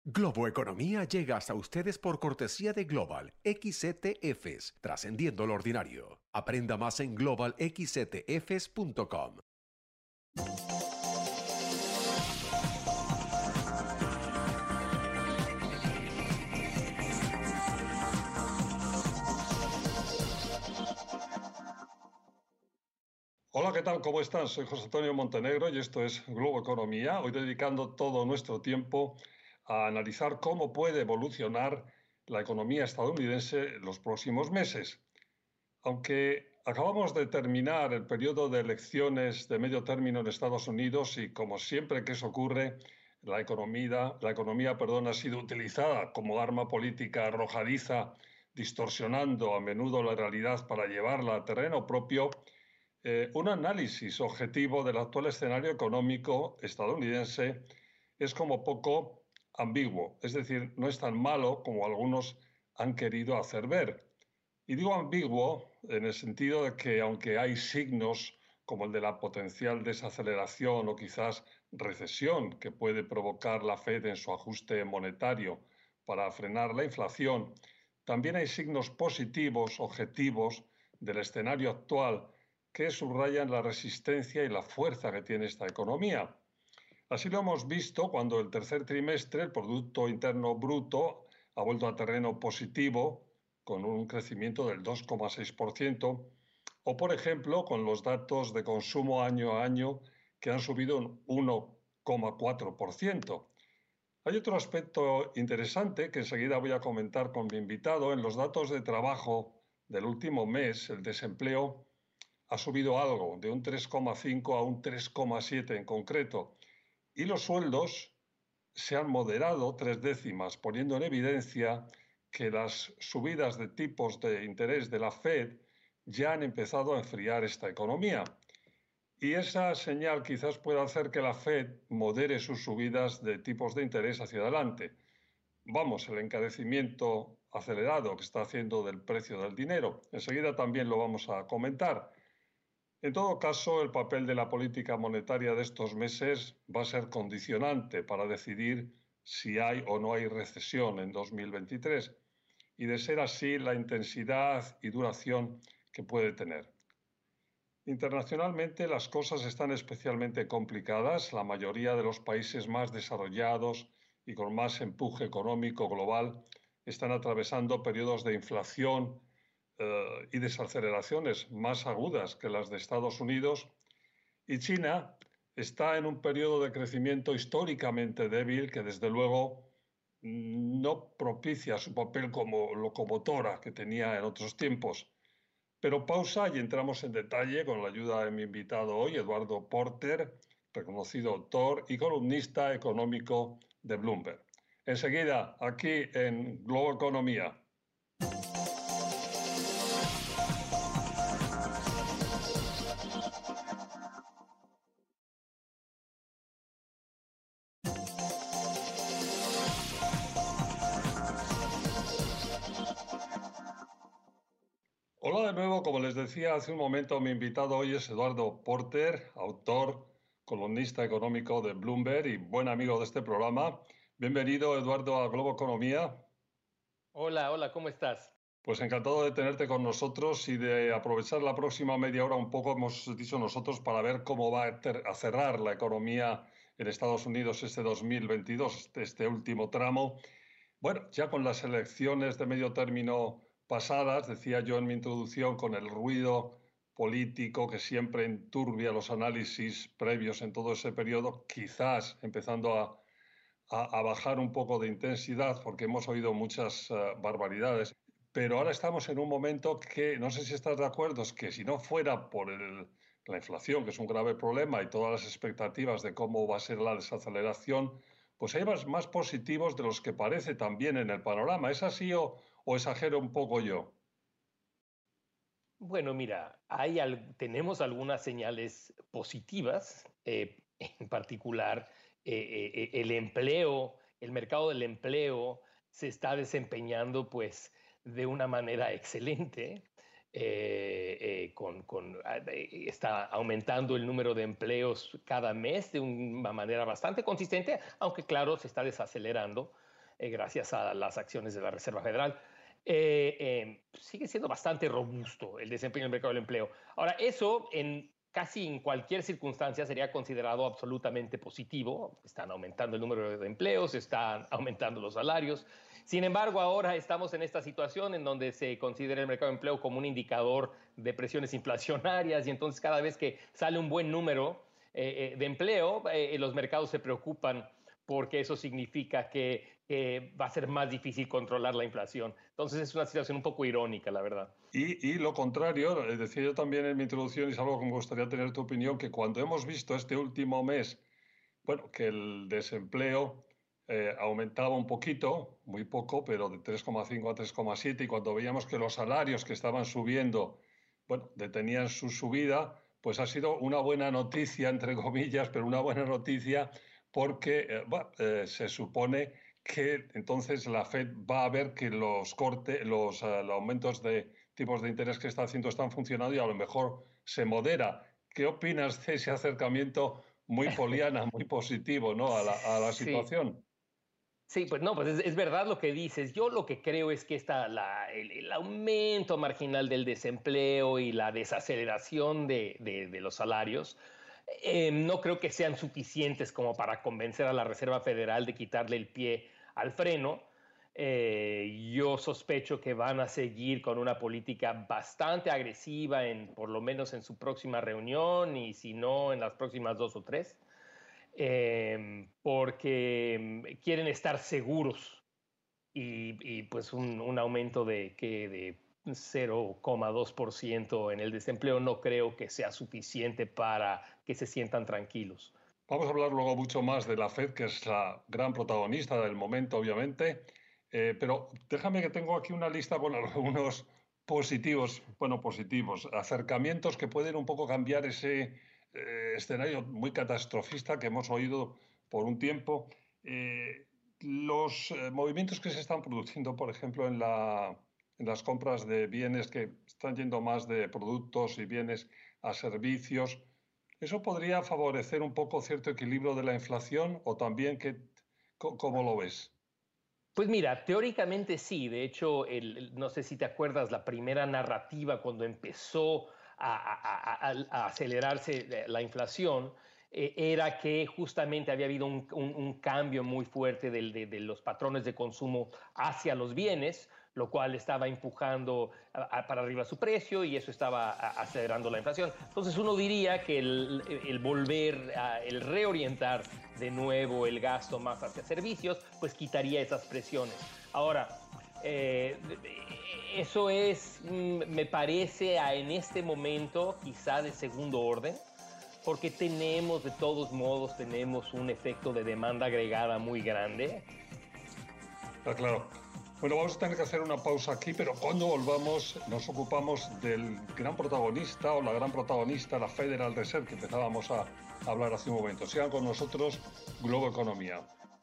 Globo Economía llega hasta ustedes por cortesía de Global XETFs, trascendiendo lo ordinario. Aprenda más en globalxetfs.com. Hola, ¿qué tal? ¿Cómo están? Soy José Antonio Montenegro y esto es Globo Economía. Hoy dedicando todo nuestro tiempo a analizar cómo puede evolucionar la economía estadounidense en los próximos meses. Aunque acabamos de terminar el periodo de elecciones de medio término en Estados Unidos y como siempre que eso ocurre, la economía, ha sido utilizada como arma política arrojadiza, distorsionando a menudo la realidad para llevarla a terreno propio. Un análisis objetivo del actual escenario económico estadounidense es como poco ambiguo, es decir, no es tan malo como algunos han querido hacer ver. Y digo ambiguo en el sentido de que aunque hay signos como el de la potencial desaceleración o quizás recesión que puede provocar la Fed en su ajuste monetario para frenar la inflación, también hay signos positivos, objetivos del escenario actual que subrayan la resistencia y la fuerza que tiene esta economía. Así lo hemos visto cuando el tercer trimestre el Producto Interno Bruto ha vuelto a terreno positivo con un crecimiento del 2,6%, o por ejemplo con los datos de consumo año a año que han subido un 1,4%. Hay otro aspecto interesante que enseguida voy a comentar con mi invitado. En los datos de trabajo del último mes, el desempleo ha subido algo, de un 3,5 a un 3,7 en concreto, y los sueldos se han moderado 0,3, poniendo en evidencia que las subidas de tipos de interés de la Fed ya han empezado a enfriar esta economía. Y esa señal quizás pueda hacer que la Fed modere sus subidas de tipos de interés hacia adelante. Vamos, el encarecimiento acelerado que está haciendo del precio del dinero. Enseguida también lo vamos a comentar. En todo caso, el papel de la política monetaria de estos meses va a ser condicionante para decidir si hay o no hay recesión en 2023 y, de ser así, la intensidad y duración que puede tener. Internacionalmente las cosas están especialmente complicadas. La mayoría de los países más desarrollados y con más empuje económico global están atravesando periodos de inflación y desaceleraciones más agudas que las de Estados Unidos, y China está en un periodo de crecimiento históricamente débil que desde luego no propicia su papel como locomotora que tenía en otros tiempos. Pero pausa y entramos en detalle con la ayuda de mi invitado hoy, Eduardo Porter, reconocido autor y columnista económico de Bloomberg. Enseguida, aquí en Globo Economía. Hola de nuevo, como les decía hace un momento, mi invitado hoy es Eduardo Porter, autor, columnista económico de Bloomberg y buen amigo de este programa. Bienvenido, Eduardo, a Globo Economía. Hola, hola, ¿cómo estás? Pues encantado de tenerte con nosotros y de aprovechar la próxima media hora un poco, hemos dicho nosotros, para ver cómo va a cerrar la economía en Estados Unidos este 2022, este último tramo. Bueno, ya con las elecciones de medio término pasadas, decía yo en mi introducción, con el ruido político que siempre enturbia los análisis previos en todo ese periodo, quizás empezando a bajar un poco de intensidad, porque hemos oído muchas barbaridades. Pero ahora estamos en un momento que, no sé si estás de acuerdo, es que si no fuera por la inflación, que es un grave problema, y todas las expectativas de cómo va a ser la desaceleración, pues hay más positivos de los que parece también en el panorama. ¿Es así o exagero un poco yo? Bueno, mira, tenemos algunas señales positivas, en particular el empleo, el mercado del empleo se está desempeñando pues de una manera excelente, está aumentando el número de empleos cada mes de una manera bastante consistente, aunque claro, se está desacelerando. gracias a las acciones de la Reserva Federal. Sigue siendo bastante robusto el desempeño del mercado del empleo. Ahora, eso casi en cualquier circunstancia sería considerado absolutamente positivo. Están aumentando el número de empleos, están aumentando los salarios. Sin embargo, ahora estamos en esta situación en donde se considera el mercado de empleo como un indicador de presiones inflacionarias y entonces cada vez que sale un buen número de empleo, los mercados se preocupan porque eso significa que va a ser más difícil controlar la inflación. Entonces es una situación un poco irónica, la verdad. Y lo contrario, decía yo también en mi introducción, y es algo que me gustaría tener tu opinión, que cuando hemos visto este último mes, bueno, que el desempleo aumentaba un poquito, muy poco, pero de 3,5 a 3,7, y cuando veíamos que los salarios que estaban subiendo, bueno, detenían su subida, pues ha sido una buena noticia, entre comillas, pero una buena noticia porque se supone que entonces la Fed va a ver que los aumentos de tipos de interés que está haciendo están funcionando y a lo mejor se modera. ¿Qué opinas de ese acercamiento muy poliana, muy positivo, ¿no? a la Sí, situación? sí, pues no, pues es verdad lo que dices. Yo lo que creo es que el aumento marginal del desempleo y la desaceleración de los salarios no creo que sean suficientes como para convencer a la Reserva Federal de quitarle el pie al freno. Yo sospecho que van a seguir con una política bastante agresiva, por lo menos en su próxima reunión y si no en las próximas 2 o 3, porque quieren estar seguros y pues un aumento de 0,2% en el desempleo no creo que sea suficiente para que se sientan tranquilos. Vamos a hablar luego mucho más de la Fed, que es la gran protagonista del momento, obviamente. Pero déjame que tengo aquí una lista con algunos positivos, bueno, positivos, acercamientos que pueden un poco cambiar ese escenario muy catastrofista que hemos oído por un tiempo. Los movimientos que se están produciendo, por ejemplo, en las compras de bienes que están yendo más de productos y bienes a servicios. ¿Eso podría favorecer un poco cierto equilibrio de la inflación o también cómo lo ves? Pues mira, teóricamente sí. De hecho, no sé si te acuerdas, la primera narrativa cuando empezó a acelerarse la inflación era que justamente había habido un cambio muy fuerte de los patrones de consumo hacia los bienes, lo cual estaba empujando para arriba su precio y eso estaba acelerando la inflación. Entonces uno diría que el volver, el reorientar de nuevo el gasto más hacia servicios, pues quitaría esas presiones. Ahora, eso me parece, en este momento quizá de segundo orden, porque de todos modos, tenemos un efecto de demanda agregada muy grande. Está claro. Bueno, vamos a tener que hacer una pausa aquí, pero cuando volvamos nos ocupamos del gran protagonista o la gran protagonista, la Federal Reserve, que empezábamos a hablar hace un momento. Sigan con nosotros, Globo Economía.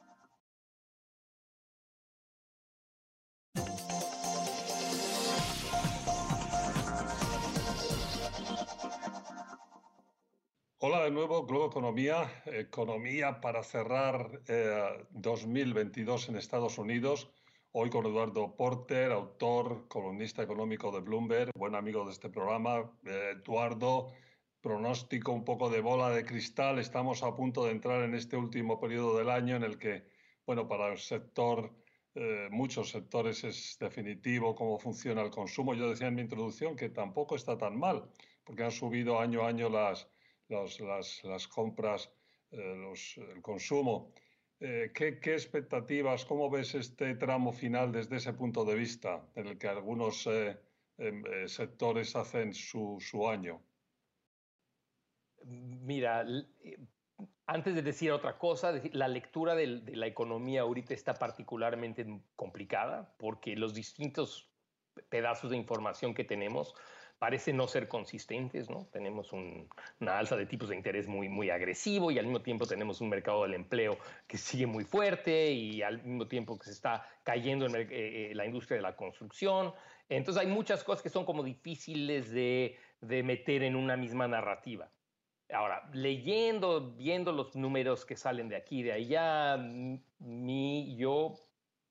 Hola de nuevo, Globo Economía. Economía para cerrar 2022 en Estados Unidos. Hoy con Eduardo Porter, autor, columnista económico de Bloomberg, buen amigo de este programa. Eduardo, pronóstico un poco de bola de cristal. Estamos a punto de entrar en este último periodo del año en el que, bueno, para el sector, muchos sectores es definitivo cómo funciona el consumo. Yo decía en mi introducción que tampoco está tan mal, porque han subido año a año las compras, el consumo. ¿Qué expectativas, cómo ves este tramo final desde ese punto de vista, en el que algunos sectores hacen su año? Mira, antes de decir otra cosa, la lectura de la economía ahorita está particularmente complicada porque los distintos pedazos de información que tenemos parecen no ser consistentes, ¿no? Tenemos una alza de tipos de interés muy agresivo y al mismo tiempo tenemos un mercado del empleo que sigue muy fuerte y al mismo tiempo que se está cayendo la industria de la construcción. Entonces hay muchas cosas que son como difíciles de meter en una misma narrativa. Ahora, viendo los números que salen de aquí y de allá, yo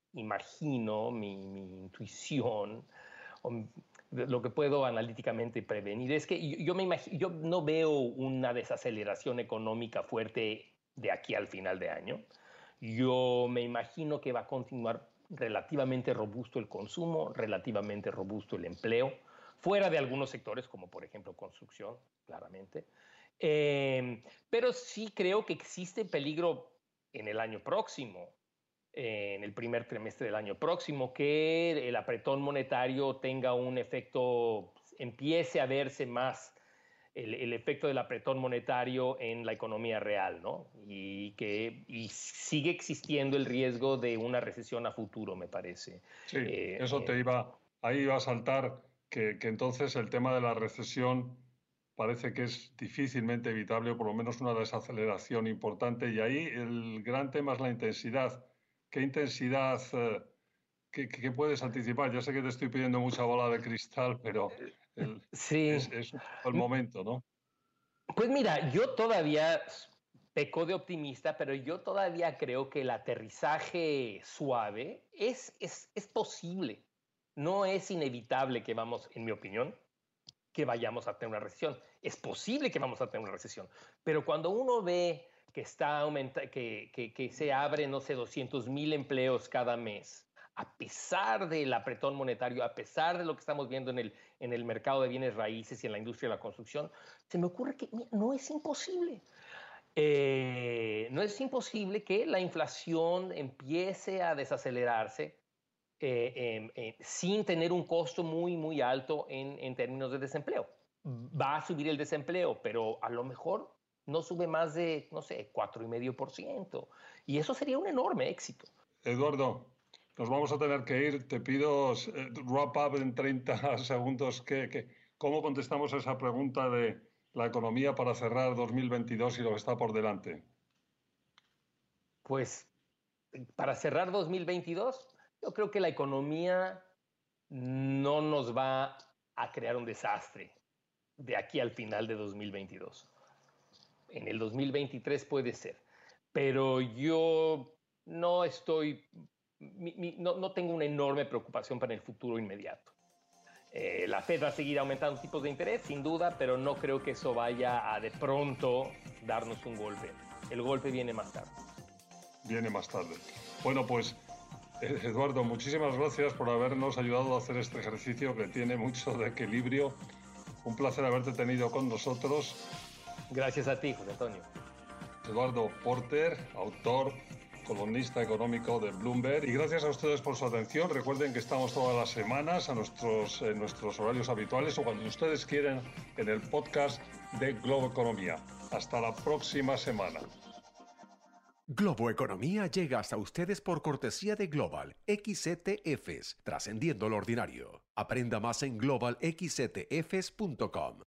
imagino, mi intuición, lo que puedo analíticamente prevenir, es que yo no veo una desaceleración económica fuerte de aquí al final de año. Yo me imagino que va a continuar relativamente robusto el consumo, relativamente robusto el empleo, fuera de algunos sectores como por ejemplo construcción, claramente. Pero sí creo que existe peligro en el año próximo, en el primer trimestre del año próximo, que el apretón monetario tenga un efecto, empiece a verse más el efecto del apretón monetario en la economía real, ¿no? Y sigue existiendo el riesgo de una recesión a futuro, me parece. Sí, eso ahí iba a saltar, que entonces el tema de la recesión parece que es difícilmente evitable, o por lo menos una desaceleración importante, y ahí el gran tema es la intensidad. ¿Qué intensidad, qué puedes anticipar? Ya sé que te estoy pidiendo mucha bola de cristal, pero sí. es el momento, ¿no? Pues mira, yo todavía peco de optimista, pero yo todavía creo que el aterrizaje suave es posible. No es inevitable que vamos, en mi opinión, que vayamos a tener una recesión. Es posible que vamos a tener una recesión, pero cuando uno ve que que se abren, no sé, 200,000 empleos cada mes, a pesar del apretón monetario, a pesar de lo que estamos viendo en el mercado de bienes raíces y en la industria de la construcción, se me ocurre que no es imposible. No es imposible que la inflación empiece a desacelerarse sin tener un costo muy, muy alto en términos de desempleo. Va a subir el desempleo, pero a lo mejor no sube más de, no sé, 4,5%. Y eso sería un enorme éxito. Eduardo, nos vamos a tener que ir. Te pido wrap up en 30 segundos. ¿Cómo contestamos a esa pregunta de la economía para cerrar 2022 y lo que está por delante? Pues para cerrar 2022, yo creo que la economía no nos va a crear un desastre de aquí al final de 2022. En el 2023 puede ser, pero yo no estoy, no tengo una enorme preocupación para el futuro inmediato. La Fed va a seguir aumentando tipos de interés, sin duda, pero no creo que eso vaya a de pronto darnos un golpe. El golpe viene más tarde. Viene más tarde. Bueno, pues Eduardo, muchísimas gracias por habernos ayudado a hacer este ejercicio que tiene mucho de equilibrio. Un placer haberte tenido con nosotros. Gracias a ti, José Antonio. Eduardo Porter, autor, columnista económico de Bloomberg. Y gracias a ustedes por su atención. Recuerden que estamos todas las semanas en nuestros horarios habituales o cuando ustedes quieran en el podcast de Globo Economía. Hasta la próxima semana. Globo Economía llega hasta ustedes por cortesía de Global XETFs, trascendiendo lo ordinario. Aprenda más en globalxetfs.com.